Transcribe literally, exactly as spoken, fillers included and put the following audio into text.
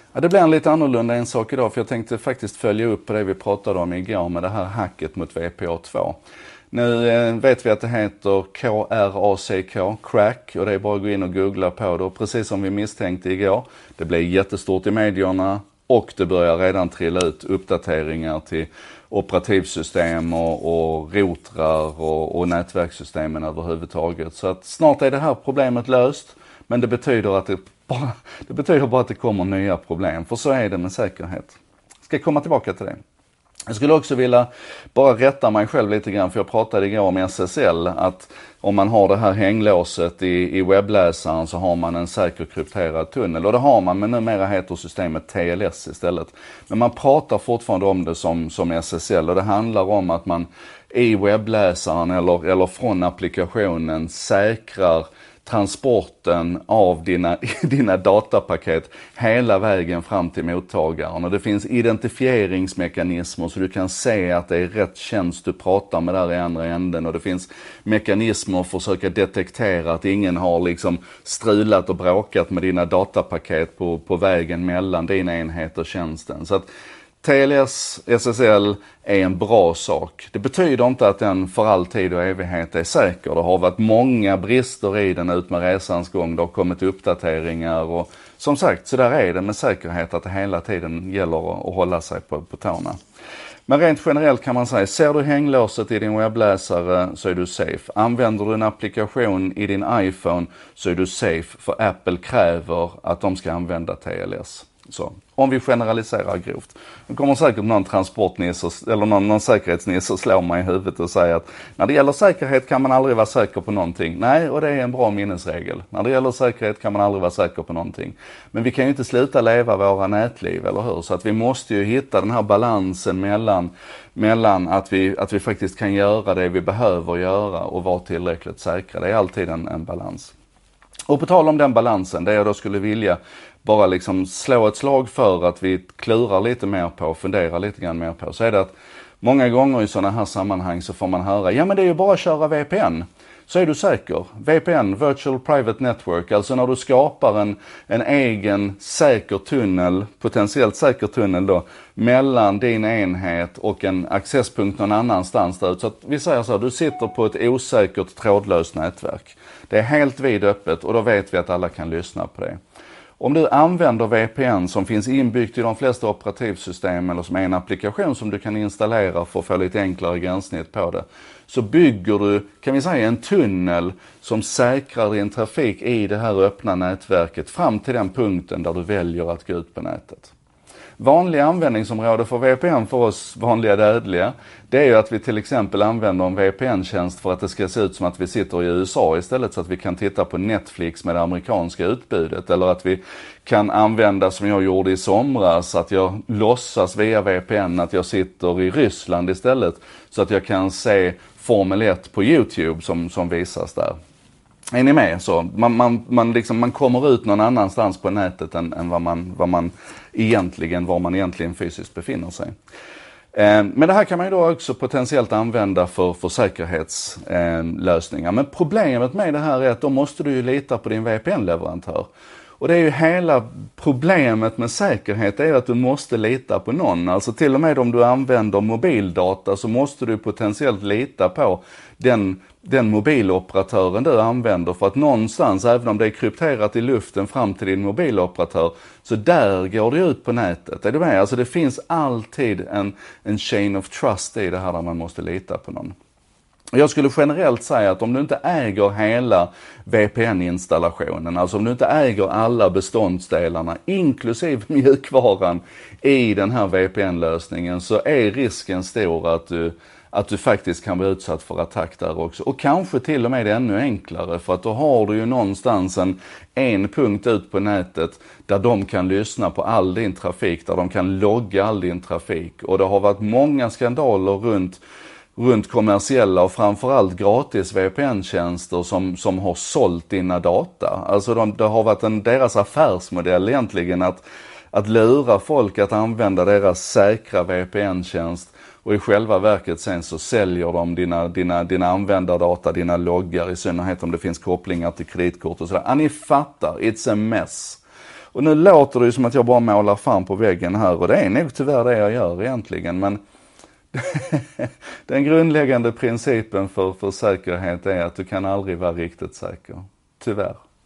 Ja, det blir en lite annorlunda en sak idag, för jag tänkte faktiskt följa upp på det vi pratade om igår med det här hacket mot V P A två. Nu eh, vet vi att det heter K R A C K, crack, och det är bara att gå in och googla på det. Och precis som vi misstänkte igår, det blev jättestort i medierna och det börjar redan trilla ut uppdateringar till operativsystem och, och routrar och, och nätverkssystemen överhuvudtaget. Så att snart är det här problemet löst, men det betyder att det bara, det betyder bara att det kommer nya problem, för så är det med säkerhet. Ska jag komma tillbaka till det. Jag skulle också vilja bara rätta mig själv lite grann, för jag pratade igår om S S L, att om man har det här hänglåset i, i webbläsaren så har man en säker krypterad tunnel. Och det har man, men numera heter systemet T L S istället. Men man pratar fortfarande om det som, som S S L, och det handlar om att man i webbläsaren eller, eller från applikationen säkrar transporten av dina, dina datapaket hela vägen fram till mottagaren. Och det finns identifieringsmekanismer så du kan se att det är rätt tjänst du pratar med där i andra änden. Och det finns mekanismer för att försöka detektera att ingen har liksom strulat och bråkat med dina datapaket på, på vägen mellan dina enheter och tjänsten. Så att T L S, S S L är en bra sak. Det betyder inte att den för all tid och evighet är säker. Det har varit många brister i den ut med resans gång. Det har kommit uppdateringar och som sagt, så där är det med säkerhet, att det hela tiden gäller att hålla sig på, på tårna. Men rent generellt kan man säga, ser du hänglåset i din webbläsare så är du safe. Använder du en applikation i din iPhone så är du safe, för Apple kräver att de ska använda T L S. Så, om vi generaliserar grovt. Nu kommer säkert någon transportnisse eller någon, någon säkerhetsnisse slå mig i huvudet och säga att när det gäller säkerhet kan man aldrig vara säker på någonting. Nej, och det är en bra minnesregel. När det gäller säkerhet kan man aldrig vara säker på någonting. Men vi kan ju inte sluta leva våra nätliv, eller hur? Så att vi måste ju hitta den här balansen mellan, mellan att, vi, att vi faktiskt kan göra det vi behöver göra och vara tillräckligt säkra. Det är alltid en, en balans. Och på tal om den balansen, det jag då skulle vilja bara liksom slå ett slag för att vi klurar lite mer på och funderar lite grann mer på, så är det att många gånger i sådana här sammanhang så får man höra, ja men det är ju bara att köra V P N. Så är du säker. V P N, Virtual Private Network, alltså när du skapar en, en egen säker tunnel, potentiellt säker tunnel då, mellan din enhet och en accesspunkt någon annanstans där. Så att vi säger så här, du sitter på ett osäkert trådlöst nätverk. Det är helt vidöppet och då vet vi att alla kan lyssna på det. Om du använder V P N som finns inbyggt i de flesta operativsystem eller som är en applikation som du kan installera för att få lite enklare gränssnitt på det, så bygger du, kan vi säga, en tunnel som säkrar din trafik i det här öppna nätverket fram till den punkten där du väljer att gå ut på nätet. Vanliga användningsområde för V P N för oss vanliga dödliga, det är ju att vi till exempel använder en V P N-tjänst för att det ska se ut som att vi sitter i U S A istället, så att vi kan titta på Netflix med det amerikanska utbudet. Eller att vi kan använda, som jag gjorde i somras, att jag låtsas via V P N att jag sitter i Ryssland istället, så att jag kan se Formel ett på YouTube som, som visas där. Är ni med? Så man, man, man, liksom, man kommer ut någon annanstans på nätet än, än vad, man, vad man egentligen, var man egentligen fysiskt befinner sig. Eh, men det här kan man ju då också potentiellt använda för, för säkerhetslösningar. Eh, men problemet med det här är att då måste du ju lita på din V P N-leverantör. Och det är ju hela problemet med säkerhet, är att du måste lita på någon. Alltså till och med om du använder mobildata så måste du potentiellt lita på den, den mobiloperatören du använder. För att någonstans, även om det är krypterat i luften fram till din mobiloperatör, så där går det ut på nätet. Är du med? Alltså det finns alltid en, en chain of trust i det här där man måste lita på någon. Jag skulle generellt säga att om du inte äger hela V P N-installationen, alltså om du inte äger alla beståndsdelarna, inklusive mjukvaran i den här V P N-lösningen, så är risken stor att du, att du faktiskt kan bli utsatt för attack där också. Och kanske till och med ännu enklare, för att då har du ju någonstans en, en punkt ut på nätet där de kan lyssna på all din trafik, där de kan logga all din trafik. Och det har varit många skandaler runt runt kommersiella och framförallt gratis V P N-tjänster som, som har sålt dina data. Alltså de, det har varit en, deras affärsmodell egentligen att, att lura folk att använda deras säkra V P N-tjänst, och i själva verket sen så säljer de dina, dina, dina användardata, dina loggar, i synnerhet om det finns kopplingar till kreditkort och sådär. Ja, ni fattar, it's a mess. Och nu låter det ju som att jag bara målar fan på väggen här, och det är nog tyvärr det jag gör egentligen, men den grundläggande principen för, för säkerhet är att du kan aldrig vara riktigt säker. Tyvärr.